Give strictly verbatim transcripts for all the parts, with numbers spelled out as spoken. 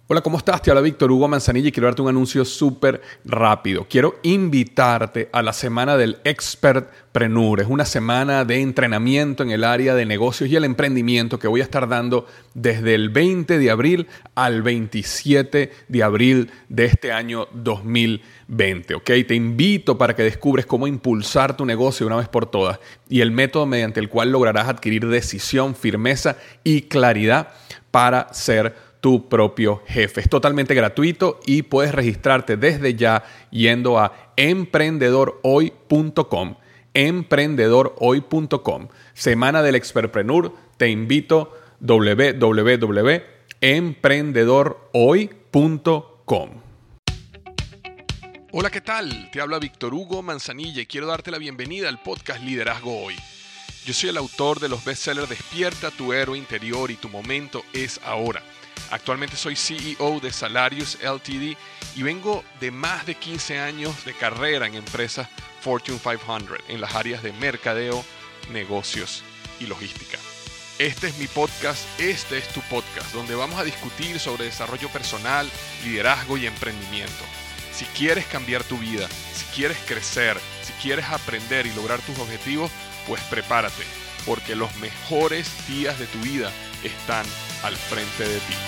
Hola, ¿cómo estás? Te habla Víctor Hugo Manzanilla y quiero darte un anuncio súper rápido. Quiero invitarte a la semana del Expertpreneur. Es una semana de entrenamiento en el área de negocios y el emprendimiento que voy a estar dando desde el veinte de abril al veintisiete de abril de este año dos mil veinte. ¿Ok? Te invito para que descubres cómo impulsar tu negocio de una vez por todas y el método mediante el cual lograrás adquirir decisión, firmeza y claridad para ser tu propio jefe. Es totalmente gratuito y puedes registrarte desde ya yendo a emprendedor hoy punto com. emprendedor hoy punto com. Semana del Expertpreneur. Te invito w w w punto emprendedor hoy punto com. Hola, ¿qué tal? Te habla Víctor Hugo Manzanilla y quiero darte la bienvenida al podcast Liderazgo Hoy. Yo soy el autor de los bestsellers Despierta tu héroe interior y Tu momento es ahora. Actualmente soy C E O de Salarius L T D y vengo de más de quince años de carrera en empresas Fortune quinientos en las áreas de mercadeo, negocios y logística. Este es mi podcast, este es tu podcast, donde vamos a discutir sobre desarrollo personal, liderazgo y emprendimiento. Si quieres cambiar tu vida, si quieres crecer, si quieres aprender y lograr tus objetivos, pues prepárate, porque los mejores días de tu vida están al frente de ti.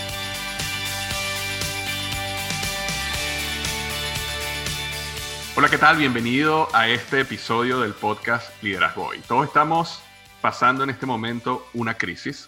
Hola, ¿qué tal? Bienvenido a este episodio del podcast Liderazgo Hoy. Todos estamos pasando en este momento una crisis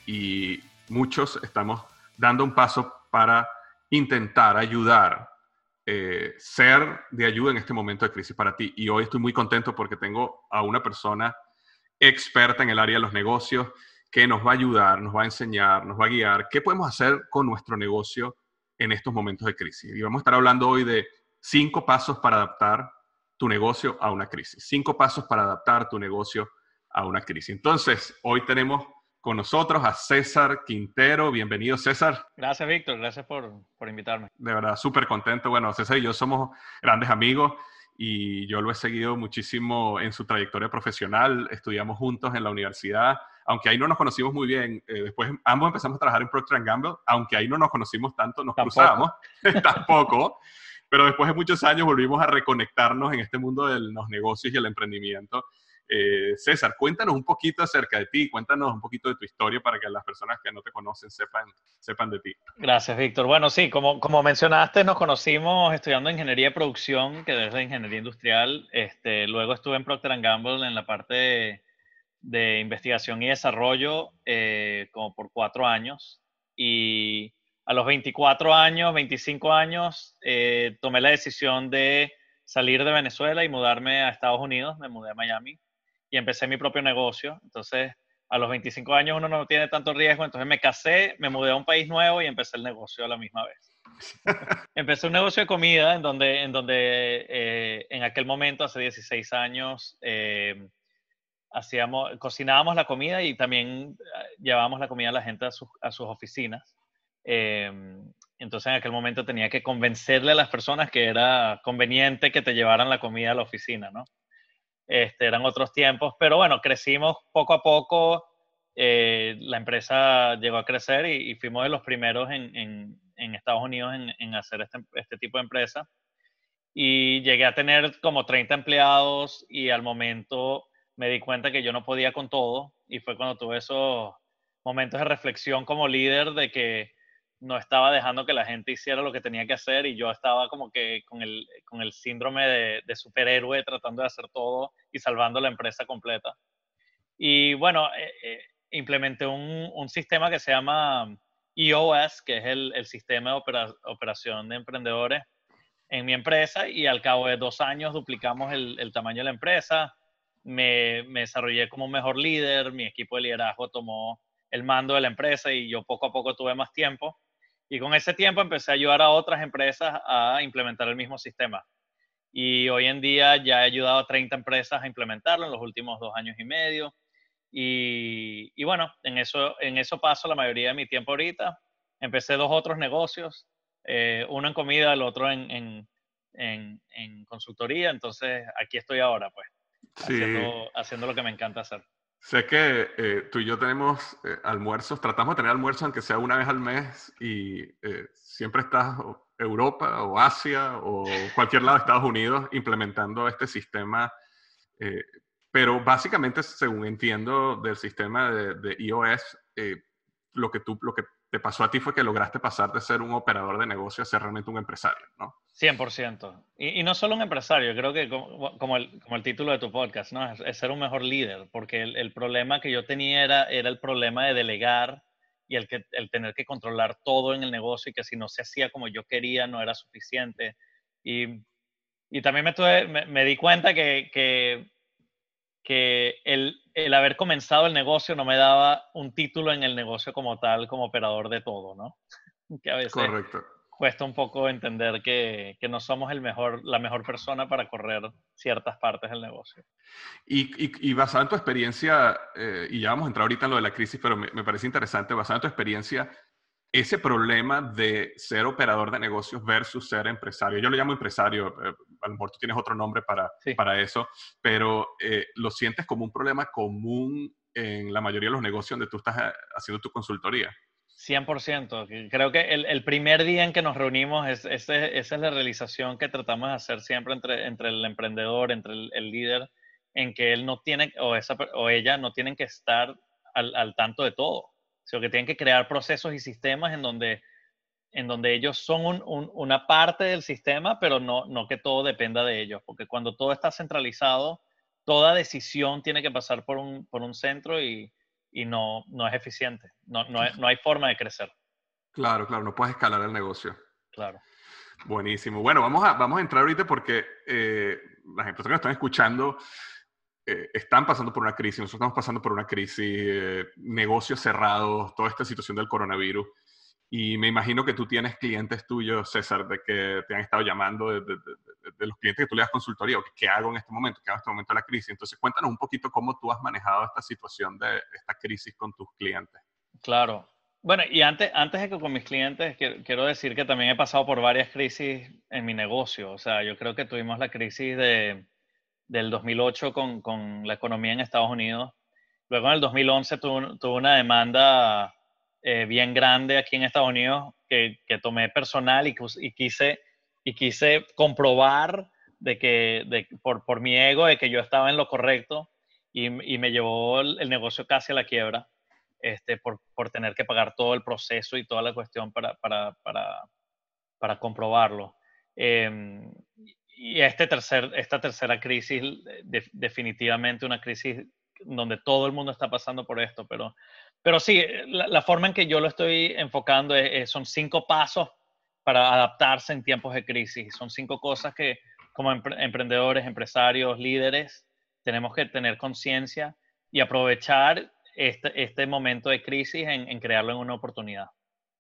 y muchos estamos dando un paso para intentar ayudar, eh, ser de ayuda en este momento de crisis para ti. Y hoy estoy muy contento porque tengo a una persona experta en el área de los negocios que nos va a ayudar, nos va a enseñar, nos va a guiar qué podemos hacer con nuestro negocio en estos momentos de crisis. Y vamos a estar hablando hoy de cinco pasos para adaptar tu negocio a una crisis. Cinco pasos para adaptar tu negocio a una crisis. Entonces, hoy tenemos con nosotros a César Quintero. Bienvenido, César. Gracias, Víctor. Gracias por, por invitarme. De verdad, súper contento. Bueno, César y yo somos grandes amigos y yo lo he seguido muchísimo en su trayectoria profesional. Estudiamos juntos en la universidad, aunque ahí no nos conocimos muy bien. Eh, después ambos empezamos a trabajar en Procter and Gamble, aunque ahí no nos conocimos tanto, nos Tampoco. cruzábamos, tampoco. Pero después de muchos años volvimos a reconectarnos en este mundo de los negocios y el emprendimiento. Eh, César, cuéntanos un poquito acerca de ti, cuéntanos un poquito de tu historia para que las personas que no te conocen sepan, sepan de ti. Gracias, Víctor. Bueno, sí, como, como mencionaste, nos conocimos estudiando ingeniería de producción, que es de ingeniería industrial. Este, luego estuve en Procter and Gamble en la parte de, de investigación y desarrollo eh, como por cuatro años. Y a los veinticuatro años, veinticinco años, eh, tomé la decisión de salir de Venezuela y mudarme a Estados Unidos. Me mudé a Miami y empecé mi propio negocio. Entonces, a los veinticinco años uno no tiene tanto riesgo, entonces me casé, me mudé a un país nuevo y empecé el negocio a la misma vez. Empecé un negocio de comida en donde, en, donde eh, en aquel momento, hace dieciséis años, eh, hacíamos, cocinábamos la comida y también llevábamos la comida a la gente a sus, a sus oficinas. Eh, entonces en aquel momento tenía que convencerle a las personas que era conveniente que te llevaran la comida a la oficina, ¿no? Este, eran otros tiempos, pero bueno, crecimos poco a poco, eh, la empresa llegó a crecer y, y fuimos de los primeros en, en, en Estados Unidos en, en hacer este, este tipo de empresa. Y llegué a tener como treinta empleados y al momento me di cuenta que yo no podía con todo y fue cuando tuve esos momentos de reflexión como líder de que no estaba dejando que la gente hiciera lo que tenía que hacer y yo estaba como que con el, con el síndrome de, de superhéroe tratando de hacer todo y salvando la empresa completa. Y bueno, eh, eh, implementé un, un sistema que se llama E O S, que es el, el sistema de opera, operación de emprendedores en mi empresa y al cabo de dos años duplicamos el, el tamaño de la empresa. Me, me desarrollé como un mejor líder, mi equipo de liderazgo tomó el mando de la empresa y yo poco a poco tuve más tiempo. Y con ese tiempo empecé a ayudar a otras empresas a implementar el mismo sistema. Y hoy en día ya he ayudado a treinta empresas a implementarlo en los últimos dos años y medio. Y, y bueno, en eso, en eso paso la mayoría de mi tiempo ahorita. Empecé dos otros negocios, eh, uno en comida, el otro en, en, en, en consultoría. Entonces aquí estoy ahora, pues, Sí. haciendo, haciendo lo que me encanta hacer. Sé que eh, tú y yo tenemos eh, almuerzos, tratamos de tener almuerzos aunque sea una vez al mes y eh, siempre estás o Europa o Asia o cualquier lado de Estados Unidos implementando este sistema. eh, pero básicamente, según entiendo del sistema de, de iOS, eh, lo que tú, lo que te pasó a ti fue que lograste pasar de ser un operador de negocio a ser realmente un empresario, ¿no? Cien por ciento. Y, y no solo un empresario, creo que como, como el, como el título de tu podcast, ¿no? Es, es ser un mejor líder, porque el, el problema que yo tenía era, era el problema de delegar y el, que, el tener que controlar todo en el negocio y que si no se hacía como yo quería no era suficiente. Y, y también me, tuve, me, me, di cuenta que, que, que el, el haber comenzado el negocio no me daba un título en el negocio como tal, como operador de todo, ¿no? Que a veces Correcto. cuesta un poco entender que, que no somos el mejor, la mejor persona para correr ciertas partes del negocio. Y, y, y basado en tu experiencia, eh, y ya vamos a entrar ahorita en lo de la crisis, pero me, me parece interesante, basado en tu experiencia, ese problema de ser operador de negocios versus ser empresario. Yo lo llamo empresario, eh, a lo mejor tú tienes otro nombre para, Sí. para eso, pero eh, lo sientes como un problema común en la mayoría de los negocios donde tú estás eh, haciendo tu consultoría. cien por ciento. Creo que el, el primer día en que nos reunimos, es, ese, esa es la realización que tratamos de hacer siempre entre, entre el emprendedor, entre el, el líder, en que él no tiene, o, esa, o ella no tienen que estar al, al tanto de todo, sino que tienen que crear procesos y sistemas en donde, en donde ellos son un, un, una parte del sistema, pero no, no que todo dependa de ellos, porque cuando todo está centralizado, toda decisión tiene que pasar por un, por un centro y, y no, no es eficiente, no, no, es, no hay forma de crecer. Claro, claro, no puedes escalar el negocio. Claro. Buenísimo. Bueno, vamos a, vamos a entrar ahorita porque eh, las empresas que nos están escuchando eh, están pasando por una crisis, nosotros estamos pasando por una crisis, eh, negocios cerrados, toda esta situación del coronavirus. Y me imagino que tú tienes clientes tuyos, César, de que te han estado llamando, de, de, de, de los clientes que tú le das consultoría, o que, ¿qué hago en este momento? ¿Qué hago en este momento de la crisis? Entonces, cuéntanos un poquito cómo tú has manejado esta situación de esta crisis con tus clientes. Claro. Bueno, y antes, antes de que con mis clientes, quiero, quiero decir que también he pasado por varias crisis en mi negocio. O sea, yo creo que tuvimos la crisis de, del dos mil ocho con, con la economía en Estados Unidos. Luego en el dos mil once tuve, tuve una demanda eh, bien grande aquí en Estados Unidos que, que tomé personal y, y, quise, y quise comprobar de que, de, por, por mi ego de que yo estaba en lo correcto y, y me llevó el, el negocio casi a la quiebra este, por, por tener que pagar todo el proceso y toda la cuestión para, para, para, para comprobarlo. Eh, y este tercer, esta tercera crisis, de, definitivamente una crisis donde todo el mundo está pasando por esto, pero, pero sí, la, la forma en que yo lo estoy enfocando es, es, son cinco pasos para adaptarse en tiempos de crisis. Son cinco cosas que como empre emprendedores, empresarios, líderes, tenemos que tener conciencia y aprovechar este, este momento de crisis en, en crearlo en una oportunidad.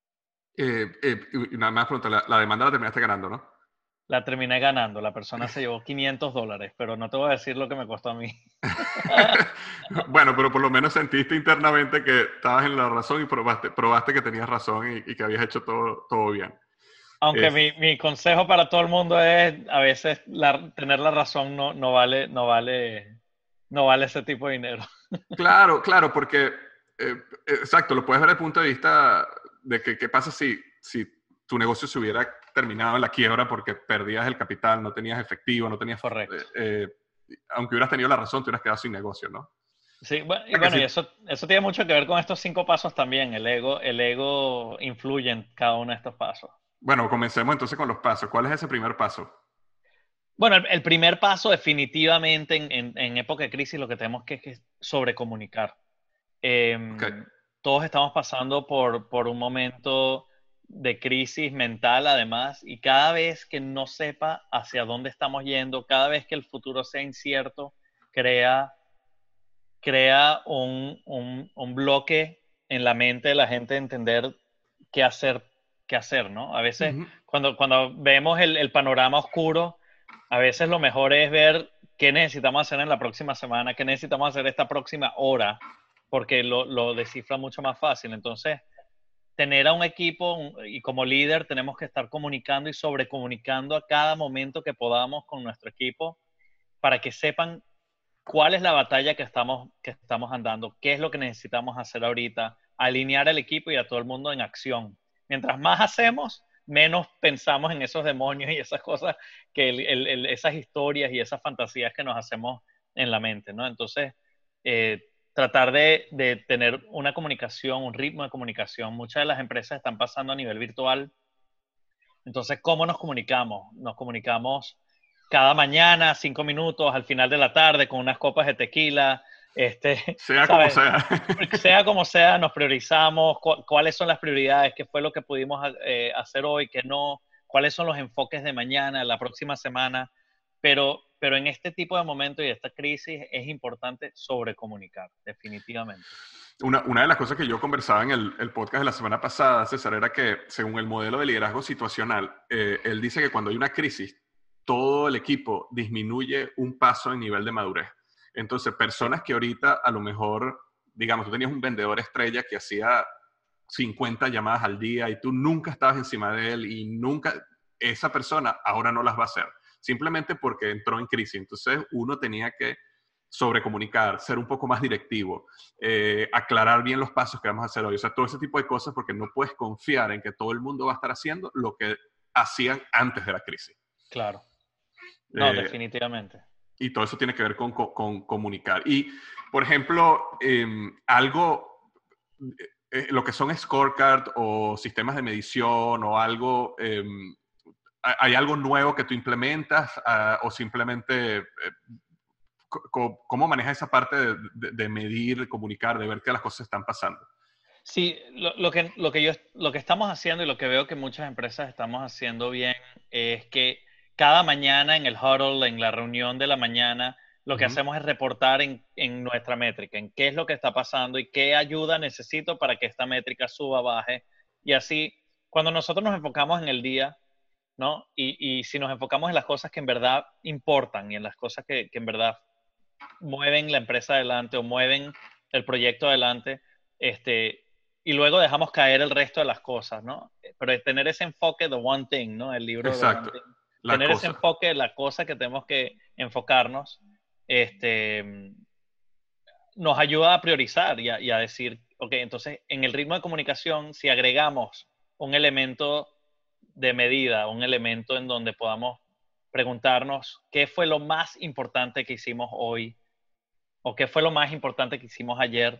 Eh, eh, y nada más pregunta, la, la demanda la terminaste ganando, ¿no? La terminé ganando. La persona se llevó quinientos dólares, pero no te voy a decir lo que me costó a mí. Bueno, pero por lo menos sentiste internamente que estabas en la razón y probaste, probaste que tenías razón y, y que habías hecho todo, todo bien. Aunque Es, mi, mi consejo para todo el mundo es a veces la, tener la razón no, no, vale, no, vale, no vale ese tipo de dinero. claro, claro, porque, eh, exacto, lo puedes ver desde el punto de vista de que qué pasa si, si tu negocio se hubiera terminado en la quiebra porque perdías el capital, no tenías efectivo, no tenías... Correcto. Eh, eh, aunque hubieras tenido la razón, te hubieras quedado sin negocio, ¿no? Sí, bueno, y, Que bueno, sí. y eso, eso tiene mucho que ver con estos cinco pasos también. El ego, el ego influye en cada uno de estos pasos. Bueno, comencemos entonces con los pasos. ¿Cuál es ese primer paso? Bueno, el, el primer paso definitivamente en, en, en, época de crisis lo que tenemos que es que sobrecomunicar. Eh, Okay. todos estamos pasando por, por un momento de crisis mental además y cada vez que no sepa hacia dónde estamos yendo, cada vez que el futuro sea incierto, crea, crea un, un, un bloque en la mente de la gente de entender qué hacer, qué hacer, ¿no? A veces Uh-huh. cuando, cuando vemos el, el panorama oscuro, a veces lo mejor es ver qué necesitamos hacer en la próxima semana, qué necesitamos hacer esta próxima hora, porque lo, lo descifra mucho más fácil. Entonces, tener a un equipo y como líder tenemos que estar comunicando y sobrecomunicando a cada momento que podamos con nuestro equipo para que sepan cuál es la batalla que estamos, que estamos andando, qué es lo que necesitamos hacer ahorita, alinear al equipo y a todo el mundo en acción. Mientras más hacemos, menos pensamos en esos demonios y esas cosas, que el, el, el, esas historias y esas fantasías que nos hacemos en la mente, ¿no? Entonces, eh, tratar de, de tener una comunicación, un ritmo de comunicación. Muchas de las empresas están pasando a nivel virtual. Entonces, ¿cómo nos comunicamos? Nos comunicamos cada mañana, cinco minutos, al final de la tarde, con unas copas de tequila, este, Sea como ¿sabes? sea. Sea como sea, nos priorizamos, cu cuáles son las prioridades, qué fue lo que pudimos eh, hacer hoy, qué no, cuáles son los enfoques de mañana, la próxima semana, pero, pero en este tipo de momentos y esta crisis es importante sobrecomunicar, definitivamente. Una, una de las cosas que yo conversaba en el, el podcast de la semana pasada, César, era que según el modelo de liderazgo situacional, eh, él dice que cuando hay una crisis, todo el equipo disminuye un paso en nivel de madurez. Entonces, personas que ahorita a lo mejor, digamos, tú tenías un vendedor estrella que hacía cincuenta llamadas al día y tú nunca estabas encima de él y nunca, esa persona ahora no las va a hacer, simplemente porque entró en crisis. Entonces, uno tenía que sobrecomunicar, ser un poco más directivo, eh, aclarar bien los pasos que vamos a hacer hoy. O sea, todo ese tipo de cosas, porque no puedes confiar en que todo el mundo va a estar haciendo lo que hacían antes de la crisis. Claro. No, Eh, definitivamente. y todo eso tiene que ver con, con, con comunicar. Y, por ejemplo, eh, algo, eh, lo que son scorecard o sistemas de medición o algo, eh, ¿hay algo nuevo que tú implementas uh, o simplemente... Eh, ¿Cómo manejas esa parte de, de, de medir, de comunicar, de ver que las cosas están pasando? Sí, lo, lo, que, lo, que yo, lo que estamos haciendo y lo que veo que muchas empresas estamos haciendo bien es que cada mañana en el huddle, en la reunión de la mañana, lo que uh-huh. hacemos es reportar en, en nuestra métrica, en qué es lo que está pasando y qué ayuda necesito para que esta métrica suba, baje. Y así, cuando nosotros nos enfocamos en el día, ¿no? Y, y si nos enfocamos en las cosas que en verdad importan y en las cosas que, que en verdad mueven la empresa adelante o mueven el proyecto adelante, este, y luego dejamos caer el resto de las cosas, ¿no? Pero tener ese enfoque, the one thing, ¿no? El libro Exacto, The One Thing. la Tener cosa. ese enfoque, la cosa que tenemos que enfocarnos, este, nos ayuda a priorizar y a, y a decir, ok, entonces en el ritmo de comunicación, si agregamos un elemento de medida, un elemento en donde podamos preguntarnos qué fue lo más importante que hicimos hoy o qué fue lo más importante que hicimos ayer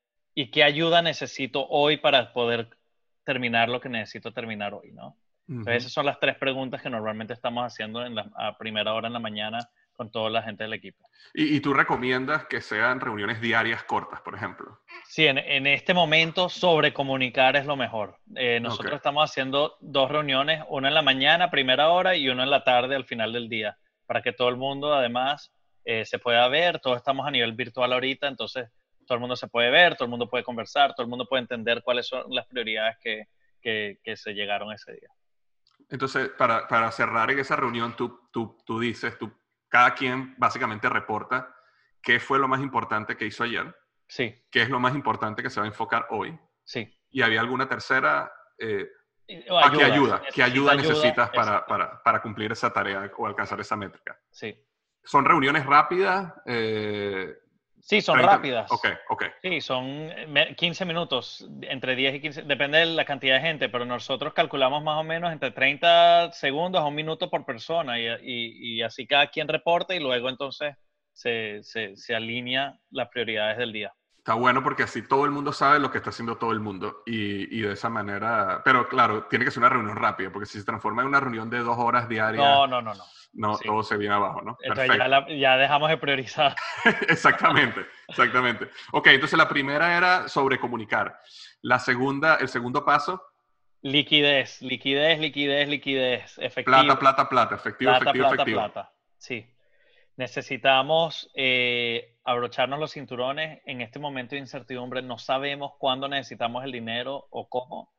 y qué ayuda necesito hoy para poder terminar lo que necesito terminar hoy, ¿no? Uh-huh. Entonces esas son las tres preguntas que normalmente estamos haciendo en la, a primera hora en la mañana con toda la gente del equipo. ¿Y, y tú recomiendas que sean reuniones diarias cortas, por ejemplo? Sí, en, en este momento sobrecomunicar es lo mejor. Eh, nosotros okay. estamos haciendo dos reuniones, una en la mañana a primera hora y una en la tarde al final del día, para que todo el mundo además eh, se pueda ver. Todos estamos a nivel virtual ahorita, entonces todo el mundo se puede ver, todo el mundo puede conversar, todo el mundo puede entender cuáles son las prioridades que, que, que se llegaron ese día. Entonces, para, para cerrar en esa reunión, tú, tú, tú dices, tú, cada quien básicamente reporta qué fue lo más importante que hizo ayer. Sí. ¿Qué es lo más importante que se va a enfocar hoy? Sí. ¿Y había alguna tercera? Eh, ayuda, ¿A qué ayuda? ¿Qué ayuda necesitas ayuda, para, para, para cumplir esa tarea o alcanzar esa métrica? Sí. ¿Son reuniones rápidas? Eh, sí, son treinta... rápidas. Ok, ok. Sí, son quince minutos, entre diez y quince, depende de la cantidad de gente, pero nosotros calculamos más o menos entre treinta segundos a un minuto por persona y, y, y así cada quien reporta y luego entonces se, se, se alinea las prioridades del día. Está bueno porque así todo el mundo sabe lo que está haciendo todo el mundo y, y de esa manera, pero claro, tiene que ser una reunión rápida porque si se transforma en una reunión de dos horas diarias, no, no, no, no. no sí. Todo se viene abajo, ¿no? Entonces ya, la, ya dejamos de priorizar. exactamente, exactamente. Ok, entonces la primera era sobre comunicar. La segunda, el segundo paso. Liquidez, liquidez, liquidez, liquidez. Efectivo. Plata, plata, plata, efectivo, plata, efectivo, plata, efectivo. Plata, sí. Necesitamos eh, abrocharnos los cinturones. En este momento de incertidumbre no sabemos cuándo necesitamos el dinero o cómo.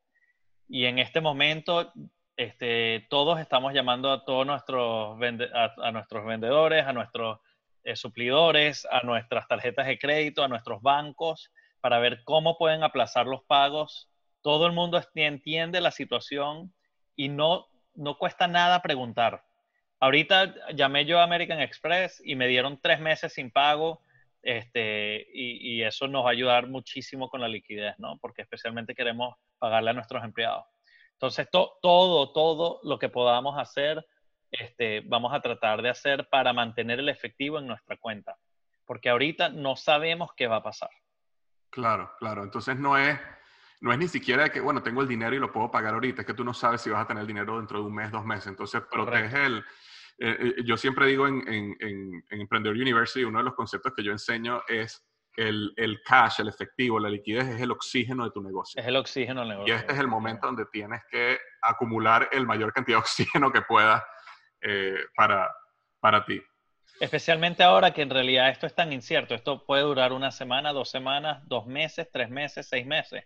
Y en este momento este, todos estamos llamando a todos nuestros, vende a, a nuestros vendedores, a nuestros eh, suplidores, a nuestras tarjetas de crédito, a nuestros bancos, para ver cómo pueden aplazar los pagos. Todo el mundo entiende la situación y no, no cuesta nada preguntar. Ahorita llamé yo a American Express y me dieron tres meses sin pago, este, y, y eso nos va a ayudar muchísimo con la liquidez, ¿no? Porque especialmente queremos pagarle a nuestros empleados. Entonces, to, todo, todo lo que podamos hacer, este, vamos a tratar de hacer para mantener el efectivo en nuestra cuenta. Porque ahorita no sabemos qué va a pasar. Claro, claro. Entonces no es, no es ni siquiera que, bueno, tengo el dinero y lo puedo pagar ahorita, es que tú no sabes si vas a tener el dinero dentro de un mes, dos meses. Entonces Correcto. protege el... Eh, eh, yo siempre digo en, en, en, en Emprendedor University, uno de los conceptos que yo enseño es el, el cash, el efectivo, la liquidez es el oxígeno de tu negocio. Es el oxígeno del Y negocio. este es el momento donde tienes que acumular el mayor cantidad de oxígeno que puedas eh, para, para ti. Especialmente ahora que en realidad esto es tan incierto. Esto puede durar una semana, dos semanas, dos meses, tres meses, seis meses.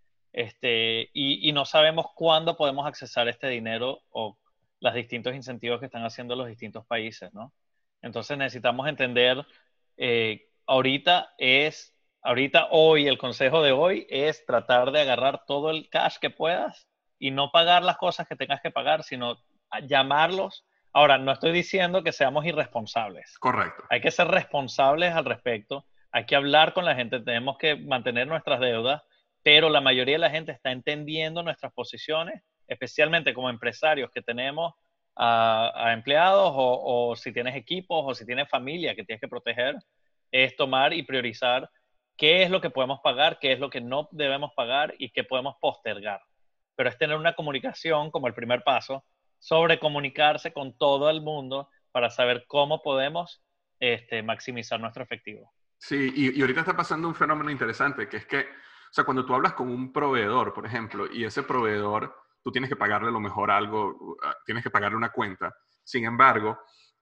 Este, y, y no sabemos cuándo podemos accesar este dinero o los distintos incentivos que están haciendo los distintos países, ¿no? Entonces necesitamos entender, eh, ahorita es, ahorita hoy, el consejo de hoy es tratar de agarrar todo el cash que puedas y no pagar las cosas que tengas que pagar, sino llamarlos. Ahora, no estoy diciendo que seamos irresponsables. Correcto. Hay que ser responsables al respecto. Hay que hablar con la gente. Tenemos que mantener nuestras deudas, pero la mayoría de la gente está entendiendo nuestras posiciones, especialmente como empresarios que tenemos a, a empleados o, o si tienes equipos o si tienes familia que tienes que proteger, es tomar y priorizar qué es lo que podemos pagar, qué es lo que no debemos pagar y qué podemos postergar. Pero es tener una comunicación como el primer paso sobre comunicarse con todo el mundo para saber cómo podemos este, maximizar nuestro efectivo. Sí, y, y ahorita está pasando un fenómeno interesante, que es que, o sea, cuando tú hablas con un proveedor, por ejemplo, y ese proveedor, tú tienes que pagarle lo mejor algo, tienes que pagarle una cuenta. Sin embargo,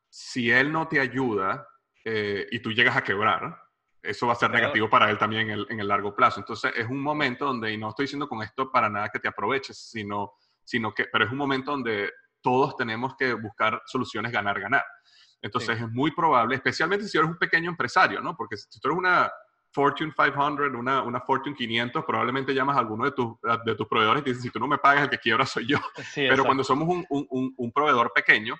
si él no te ayuda eh, y tú llegas a quebrar, eso va a ser Pero, negativo para él también en el, en el largo plazo. Entonces, es un momento donde, y no estoy diciendo con esto para nada que te aproveches, sino, sino que, pero es un momento donde todos tenemos que buscar soluciones ganar-ganar. Entonces sí. es muy probable, especialmente si eres un pequeño empresario, ¿no? Porque si tú eres una Fortune quinientos, una, una Fortune quinientos, probablemente llamas a alguno de, tus de tus proveedores y te dicen, si tú no me pagas, el que quiebra soy yo. Sí, Pero exacto. cuando somos un, un, un proveedor pequeño,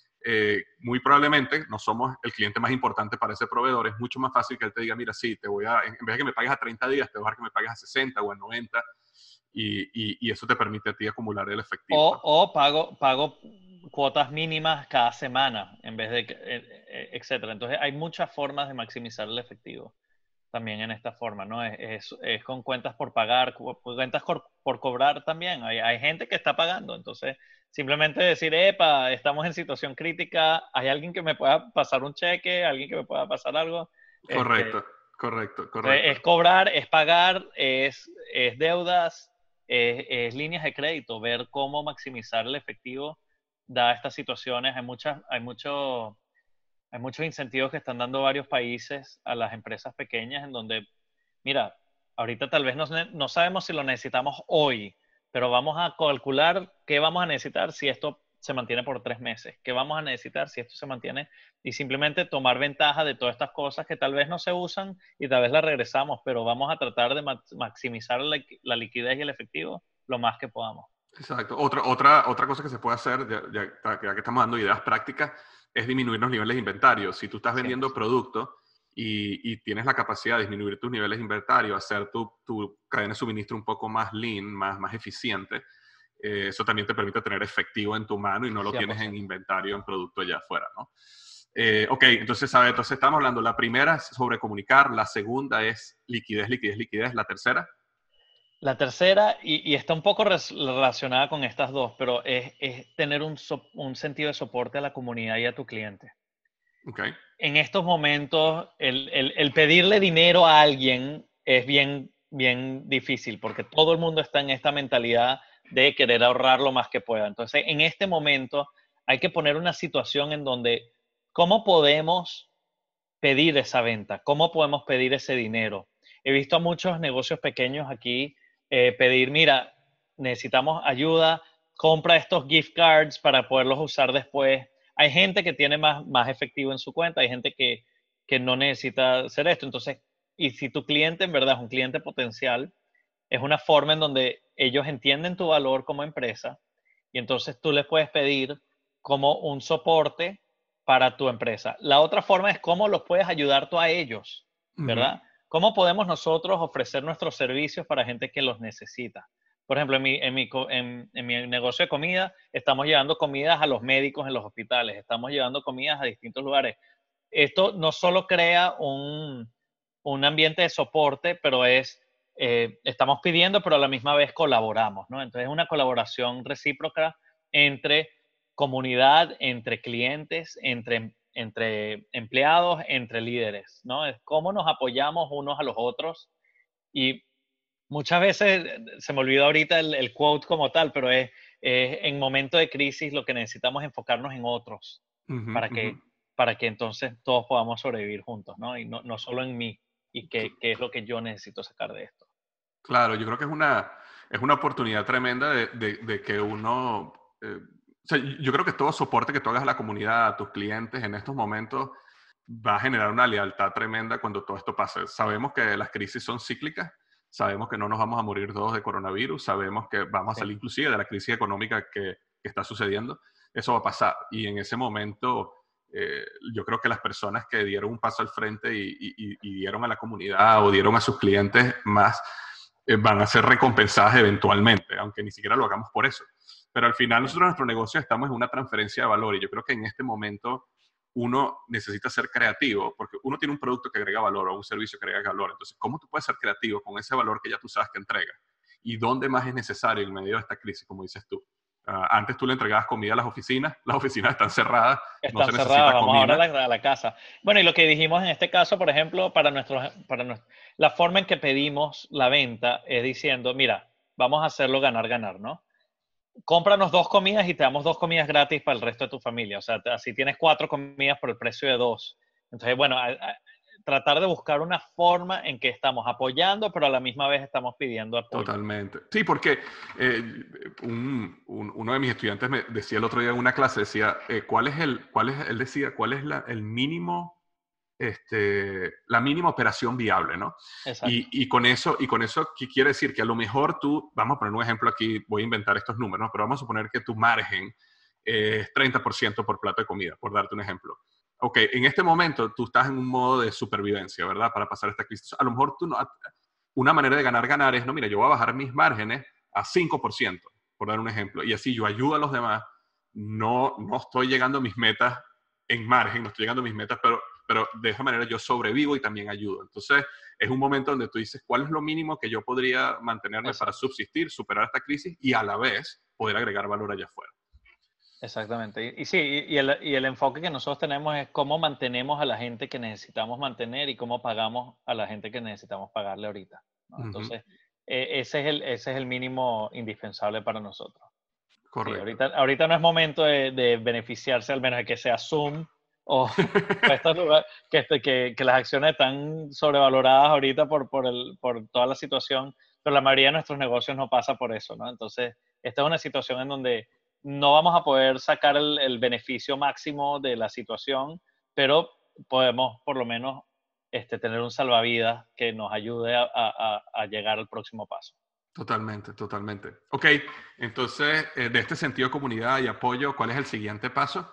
eh, muy probablemente no somos el cliente más importante para ese proveedor. Es mucho más fácil que él te diga, mira, sí, te voy a, en vez de que me pagues a treinta días, te voy a dejar que me pagues a sesenta o a noventa. Y, y, y eso te permite a ti acumular el efectivo, O, ¿no? o pago, pago cuotas mínimas cada semana en vez de, eh, eh, etcétera. Entonces hay muchas formas de maximizar el efectivo también en esta forma, ¿no? Es, es, es con cuentas por pagar, cuentas por, por cobrar también. Hay, hay gente que está pagando, entonces simplemente decir, epa, estamos en situación crítica, hay alguien que me pueda pasar un cheque, alguien que me pueda pasar algo. Este, Correcto, correcto, entonces, correcto. es cobrar, es pagar, es, es deudas, es, es, líneas de crédito, ver cómo maximizar el efectivo da estas situaciones. Hay, muchas, hay, mucho, hay muchos incentivos que están dando varios países a las empresas pequeñas en donde, mira, ahorita tal vez no, no sabemos si lo necesitamos hoy, pero vamos a calcular qué vamos a necesitar si esto se mantiene por tres meses, qué vamos a necesitar si esto se mantiene y simplemente tomar ventaja de todas estas cosas que tal vez no se usan y tal vez las regresamos, pero vamos a tratar de maximizar la, la liquidez y el efectivo lo más que podamos. Exacto. Otra, otra, otra cosa que se puede hacer, ya, ya, ya que estamos dando ideas prácticas, es disminuir los niveles de inventario. Si tú estás vendiendo cien por ciento. productos y, y tienes la capacidad de disminuir tus niveles de inventario, hacer tu, tu cadena de suministro un poco más lean, más, más eficiente, eh, eso también te permite tener efectivo en tu mano y no lo cien por tienes en ciento. inventario, en producto allá afuera, ¿no? Eh, ok, entonces, ¿sabes? Entonces estamos hablando, la primera es sobre comunicar, la segunda es liquidez, liquidez, liquidez, la tercera. La tercera, y, y está un poco res, relacionada con estas dos, pero es, es tener un, so, un sentido de soporte a la comunidad y a tu cliente. Okay. En estos momentos, el, el, el pedirle dinero a alguien es bien, bien difícil porque todo el mundo está en esta mentalidad de querer ahorrar lo más que pueda. Entonces, en este momento hay que poner una situación en donde, ¿cómo podemos pedir esa venta? ¿Cómo podemos pedir ese dinero? He visto a muchos negocios pequeños aquí eh, pedir, mira, necesitamos ayuda, compra estos gift cards para poderlos usar después. Hay gente que tiene más, más efectivo en su cuenta, hay gente que, que no necesita hacer esto. Entonces, y si tu cliente en verdad es un cliente potencial, es una forma en donde ellos entienden tu valor como empresa y entonces tú les puedes pedir como un soporte para tu empresa. La otra forma es cómo los puedes ayudar tú a ellos, Ujú. ¿verdad? ¿Cómo podemos nosotros ofrecer nuestros servicios para gente que los necesita? Por ejemplo, en mi, en mi, co- en, en mi negocio de comida, estamos llevando comidas a los médicos en los hospitales, estamos llevando comidas a distintos lugares. Esto no solo crea un, un ambiente de soporte, pero es, eh, estamos pidiendo, pero a la misma vez colaboramos, ¿no? Entonces es una colaboración recíproca entre comunidad, entre clientes, entre, entre empleados, entre líderes, ¿no? Es cómo nos apoyamos unos a los otros y muchas veces, eh, se me olvidó ahorita el, el quote como tal, pero es, es en momento de crisis lo que necesitamos es enfocarnos en otros Ujú, para ujú. que, para que entonces todos podamos sobrevivir juntos, ¿no? Y no, no solo en mí y qué, qué es lo que yo necesito sacar de esto. Claro, yo creo que es una, es una oportunidad tremenda de, de- de que uno, eh, o sea, yo creo que todo soporte que tú hagas a la comunidad, a tus clientes en estos momentos, va a generar una lealtad tremenda cuando todo esto pase. Sabemos que las crisis son cíclicas, sabemos que no nos vamos a morir todos de coronavirus, sabemos que vamos a Sí, salir inclusive de la crisis económica que, que está sucediendo. Eso va a pasar. Y en ese momento, eh, yo creo que las personas que dieron un paso al frente y, y- y dieron a la comunidad o dieron a sus clientes más, eh, van a ser recompensadas eventualmente, aunque ni siquiera lo hagamos por eso. Pero al final sí, nosotros en nuestro negocio estamos en una transferencia de valor y yo creo que en este momento uno necesita ser creativo porque uno tiene un producto que agrega valor o un servicio que agrega valor. Entonces, ¿cómo tú puedes ser creativo con ese valor que ya tú sabes que entrega? ¿Y dónde más es necesario en medio de esta crisis, como dices tú? Uh, antes tú le entregabas comida a las oficinas, las oficinas están cerradas, no están se cerradas, necesita vamos ahora a comida. la, a la casa. Bueno, y lo que dijimos en este caso, por ejemplo, para nuestros, para nuestro, la forma en que pedimos la venta es diciendo, mira, vamos a hacerlo ganar, ganar, ¿no? Cómpranos dos comidas y te damos dos comidas gratis para el resto de tu familia. O sea, así tienes cuatro comidas por el precio de dos. Entonces, bueno, a, a, tratar de buscar una forma en que estamos apoyando, pero a la misma vez estamos pidiendo apoyo. Totalmente. Sí, porque eh, un- un- uno de mis estudiantes me decía el otro día en una clase, decía, eh, ¿cuál es el, cuál es, él decía, cuál es la- el mínimo, este, la mínima operación viable, ¿no? Exacto. Y, y con eso, y con eso, ¿qué quiere decir? Que a lo mejor tú, vamos a poner un ejemplo aquí, voy a inventar estos números, ¿no? Pero vamos a suponer que tu margen es treinta por ciento por plato de comida, por darte un ejemplo. Ok, en este momento tú estás en un modo de supervivencia, ¿verdad? Para pasar esta crisis. A lo mejor tú no, una manera de ganar, ganar es, no, mira, yo voy a bajar mis márgenes a cinco por ciento, por dar un ejemplo, y así yo ayudo a los demás, no, no estoy llegando a mis metas en margen, no estoy llegando a mis metas, pero, pero de esa manera yo sobrevivo y también ayudo. Entonces, es un momento donde tú dices, ¿cuál es lo mínimo que yo podría mantenerme para Exacto. subsistir, superar esta crisis y a la vez poder agregar valor allá afuera? Exactamente. Y, y sí, y, y el, y el enfoque que nosotros tenemos es cómo mantenemos a la gente que necesitamos mantener y cómo pagamos a la gente que necesitamos pagarle ahorita, ¿no? Uh -huh. Entonces, eh, ese, es el, ese es el mínimo indispensable para nosotros. Sí, Correcto. ahorita, ahorita no es momento de, de beneficiarse, al menos de que sea Zoom o, o estos lugares, que, este- que, que las acciones están sobrevaloradas ahorita por, por, el, por toda la situación, pero la mayoría de nuestros negocios no pasa por eso, ¿no? Entonces, esta es una situación en donde no vamos a poder sacar el, el beneficio máximo de la situación, pero podemos por lo menos este, tener un salvavidas que nos ayude a, a, a llegar al próximo paso. Totalmente, totalmente. Ok, entonces, eh, de este sentido de comunidad y apoyo, ¿cuál es el siguiente paso?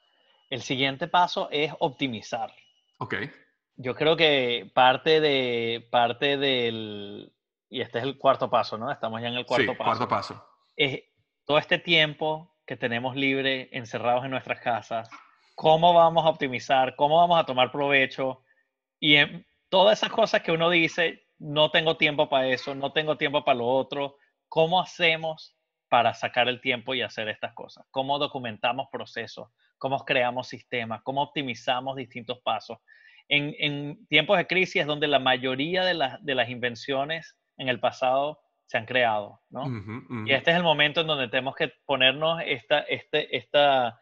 El siguiente paso es optimizar. Ok, Yo creo que parte de, parte del, y este es el cuarto paso, ¿no? Estamos ya en el sí, cuarto cuarto paso. paso. Es todo este tiempo que tenemos libre, encerrados en nuestras casas, ¿cómo vamos a optimizar? ¿Cómo vamos a tomar provecho? Y en todas esas cosas que uno dice, no tengo tiempo para eso, no tengo tiempo para lo otro, ¿cómo hacemos para sacar el tiempo y hacer estas cosas? ¿Cómo documentamos procesos? ¿Cómo creamos sistemas? ¿Cómo optimizamos distintos pasos? En, en tiempos de crisis es donde la mayoría de, la, de las invenciones en el pasado se han creado, ¿no? Ujú, Y ujú. este es el momento en donde tenemos que ponernos esta, este, esta,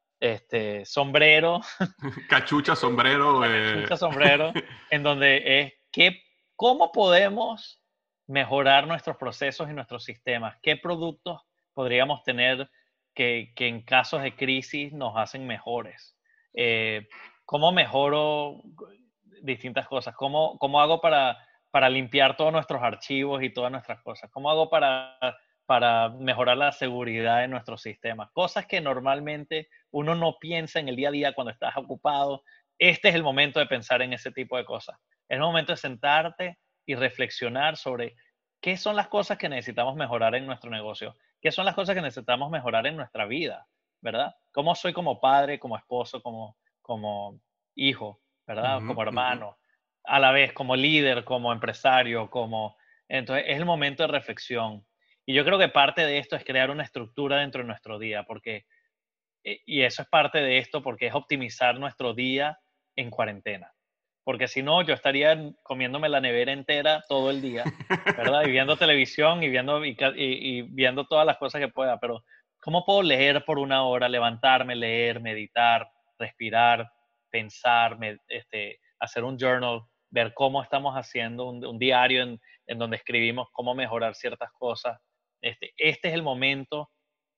este sombrero, Cachucha, sombrero. la Eh... cachucha sombrero, en donde es que, cómo podemos mejorar nuestros procesos y nuestros sistemas, qué productos podríamos tener que, que en casos de crisis nos hacen mejores, eh, cómo mejoro distintas cosas, cómo, cómo hago para, para limpiar todos nuestros archivos y todas nuestras cosas, cómo hago para para mejorar la seguridad de nuestros sistemas. Cosas que normalmente uno no piensa en el día a día cuando estás ocupado. Este es el momento de pensar en ese tipo de cosas. Es el momento de sentarte y reflexionar sobre qué son las cosas que necesitamos mejorar en nuestro negocio, qué son las cosas que necesitamos mejorar en nuestra vida, ¿verdad? ¿Cómo soy como padre, como esposo, como, como hijo, ¿verdad? Ujú, Como ujú. hermano, a la vez como líder, como empresario, como... Entonces es el momento de reflexión. Y yo creo que parte de esto es crear una estructura dentro de nuestro día, porque, eh, y eso es parte de esto, porque es optimizar nuestro día en cuarentena. Porque si no, yo estaría comiéndome la nevera entera todo el día, ¿verdad? Y viendo televisión y viendo, y, y, y viendo todas las cosas que pueda. Pero, ¿cómo puedo leer por una hora, levantarme, leer, meditar, respirar, pensar, me, este, hacer un journal, ver cómo estamos haciendo un, un diario en, en donde escribimos cómo mejorar ciertas cosas? Este, este es el momento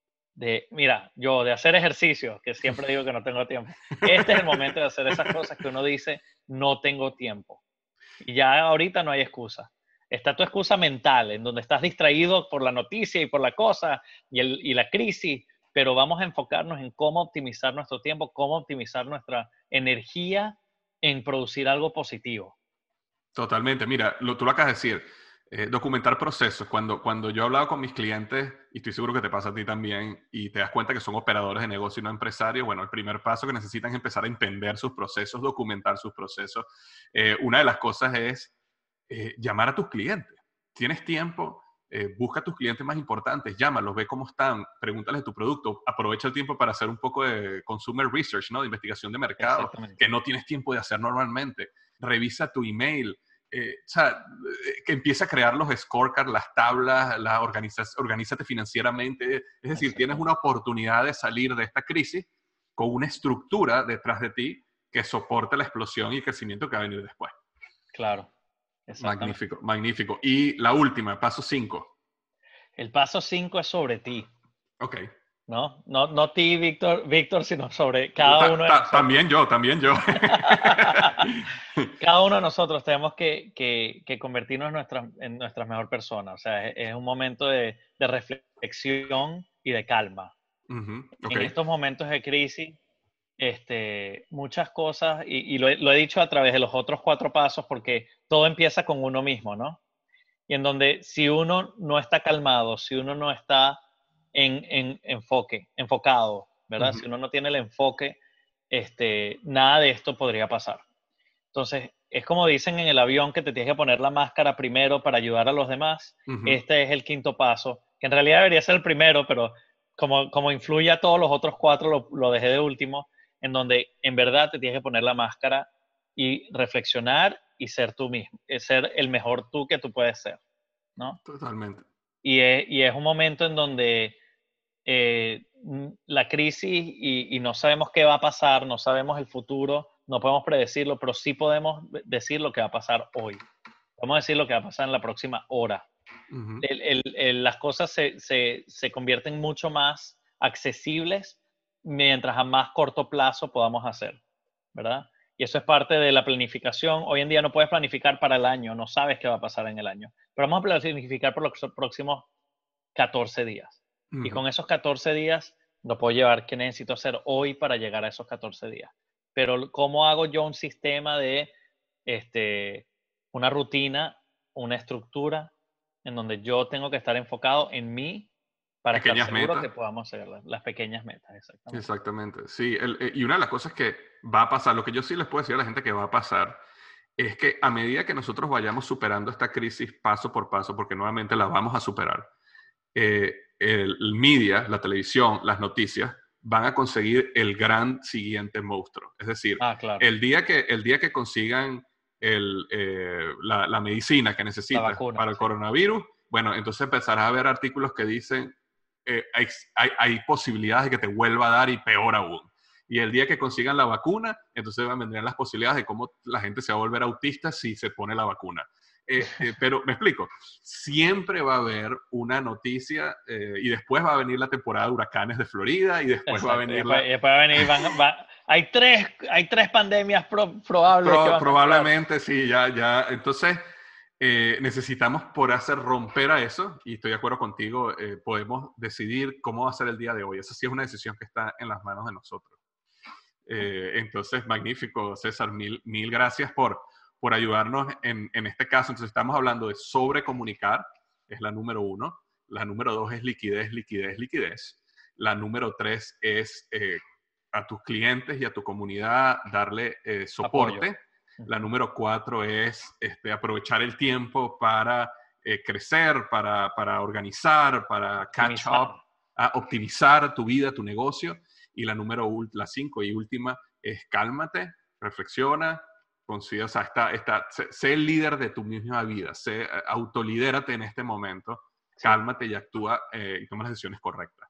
de, mira, yo de hacer ejercicio, que siempre digo que no tengo tiempo. Este es el momento de hacer esas cosas que uno dice, no tengo tiempo. Y ya ahorita no hay excusa. Está tu excusa mental, en donde estás distraído por la noticia y por la cosa y, el, y la crisis, pero vamos a enfocarnos en cómo optimizar nuestro tiempo, cómo optimizar nuestra energía en producir algo positivo. Totalmente. Mira, lo, tú lo acabas de decir, eh, documentar procesos. Cuando, cuando yo he hablado con mis clientes, y estoy seguro que te pasa a ti también, y te das cuenta que son operadores de negocio y no empresarios, bueno, el primer paso que necesitan es empezar a entender sus procesos, documentar sus procesos. Eh, una de las cosas es eh, llamar a tus clientes. ¿Tienes tiempo? Eh, busca a tus clientes más importantes, llámalos, ve cómo están, pregúntales de tu producto, aprovecha el tiempo para hacer un poco de consumer research, ¿no? De investigación de mercado, Exactamente. que no tienes tiempo de hacer normalmente. Revisa tu email, eh, o sea, eh, que empieza a crear los scorecards, las tablas, la organiza, organízate financieramente. Es decir, tienes una Exactamente. oportunidad de salir de esta crisis con una estructura detrás de ti que soporte la explosión y el crecimiento que va a venir después. Claro, exactamente. Magnífico, magnífico. Y la última, paso cinco. El paso cinco es sobre ti. Ok. ¿No? No, no ti, Víctor, Víctor, sino sobre cada Ta- uno de ta- nosotros. también yo, también yo. Cada uno de nosotros tenemos que, que, que convertirnos en nuestra, en nuestra mejor persona. O sea, es, es un momento de, de reflexión y de calma. Ujú, ok. En estos momentos de crisis, este, muchas cosas, y, y lo, he, lo he dicho a través de los otros cuatro pasos, porque todo empieza con uno mismo, ¿no? Y en donde si uno no está calmado, si uno no está en, en enfoque, enfocado, ¿verdad? Ujú, Si uno no tiene el enfoque, este, nada de esto podría pasar. Entonces, es como dicen en el avión que te tienes que poner la máscara primero para ayudar a los demás. ujú. Este es el quinto paso, que en realidad debería ser el primero, pero como, como influye a todos los otros cuatro, lo, lo dejé de último, en donde en verdad te tienes que poner la máscara y reflexionar y ser tú mismo, ser el mejor tú que tú puedes ser, ¿no? Totalmente. Y es, y es un momento en donde eh, la crisis y, y no sabemos qué va a pasar, no sabemos el futuro, no podemos predecirlo, pero sí podemos decir lo que va a pasar hoy. Podemos decir lo que va a pasar en la próxima hora. Ujú. El, el, el, las cosas se, se, se convierten mucho más accesibles mientras a más corto plazo podamos hacer, ¿verdad? Y eso es parte de la planificación. Hoy en día no puedes planificar para el año, no sabes qué va a pasar en el año, pero vamos a planificar por los próximos catorce días. Y Ujú. con esos catorce días no puedo llevar qué necesito hacer hoy para llegar a esos catorce días. Pero ¿cómo hago yo un sistema de este, una rutina, una estructura en donde yo tengo que estar enfocado en mí para estar Pequeñas seguro metas. que podamos hacer las, las pequeñas metas? Exactamente. Exactamente. Sí, el- eh, y una de las cosas que va a pasar, lo que yo sí les puedo decir a la gente que va a pasar, es que a medida que nosotros vayamos superando esta crisis paso por paso, porque nuevamente la vamos a superar, eh, el, el media, la televisión, las noticias, van a conseguir el gran siguiente monstruo. Es decir, Ah, claro. el día que, el día que consigan el, eh, la, la medicina que La necesitas vacuna, para el sí. coronavirus, bueno, entonces empezarás a ver artículos que dicen eh, hay, hay, hay posibilidades de que te vuelva a dar y peor aún. Y el día que consigan la vacuna, entonces vendrían las posibilidades de cómo la gente se va a volver autista si se pone la vacuna. Eh, eh, pero me explico, siempre va a haber una noticia eh, y después va a venir la temporada de huracanes de Florida y después va a Exacto. Y venir después, la... y después va a venir, van, va, hay, tres, hay tres pandemias pro, probables que Pro, van a entrar. probablemente sí, ya, ya. Entonces, Eh, necesitamos por hacer romper a eso, y estoy de acuerdo contigo, eh, podemos decidir cómo va a ser el día de hoy. Esa sí es una decisión que está en las manos de nosotros. Eh, entonces, magnífico, César, mil, mil gracias por, por ayudarnos en, en este caso. Entonces, estamos hablando de sobrecomunicar, es la número uno. La número dos es liquidez, liquidez, liquidez. La número tres es eh, a tus clientes y a tu comunidad darle eh, soporte. Apoyo. La número cuatro es este, aprovechar el tiempo para eh, crecer, para, para organizar, para catch Optimizar. up, a optimizar tu vida, tu negocio. Y la número la cinco y última es cálmate, reflexiona, considera, o sea, está, está, sé, sé el líder de tu misma vida, sé, autolidérate en este momento, sí. Cálmate y actúa eh, y toma las decisiones correctas.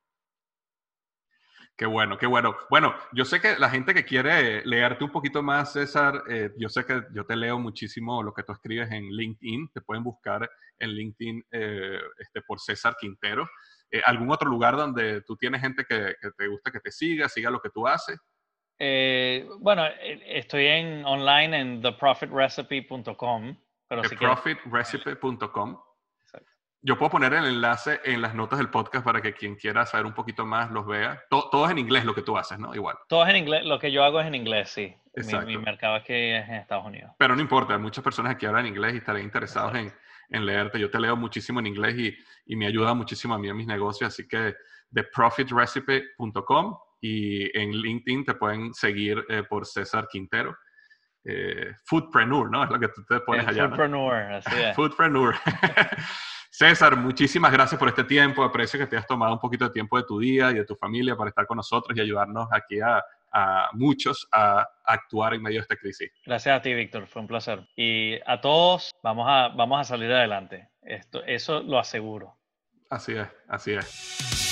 Qué bueno, qué bueno. Bueno, yo sé que la gente que quiere leerte un poquito más, César, eh, yo sé que yo te leo muchísimo lo que tú escribes en LinkedIn. Te pueden buscar en LinkedIn eh, este, por César Quintero. Eh, ¿Algún otro lugar donde tú tienes gente que, que te gusta que te siga, siga lo que tú haces? Eh, bueno, estoy en online en the profit recipe punto com. the profit recipe punto com. Yo puedo poner el enlace en las notas del podcast para que quien quiera saber un poquito más los vea. Todo, todo es en inglés lo que tú haces, ¿no? Igual. Todo es en inglés. Lo que yo hago es en inglés, sí. Mi, mi mercado aquí es en Estados Unidos. Pero no importa, hay muchas personas aquí hablan inglés y estarán interesados en, en leerte. Yo te leo muchísimo en inglés y, y me ayuda muchísimo a mí en mis negocios. Así que the profit recipe punto com y en LinkedIn te pueden seguir eh, por César Quintero. Eh, Foodpreneur, ¿no? Es lo que tú te pones el allá. Foodpreneur, ¿no? Así es. Foodpreneur. César, muchísimas gracias por este tiempo. Aprecio que te has tomado un poquito de tiempo de tu día y de tu familia para estar con nosotros y ayudarnos aquí a, a muchos a, a actuar en medio de esta crisis. Gracias a ti, Víctor. Fue un placer. Y a todos, vamos a, vamos a salir adelante. Esto, eso lo aseguro. Así es, así es.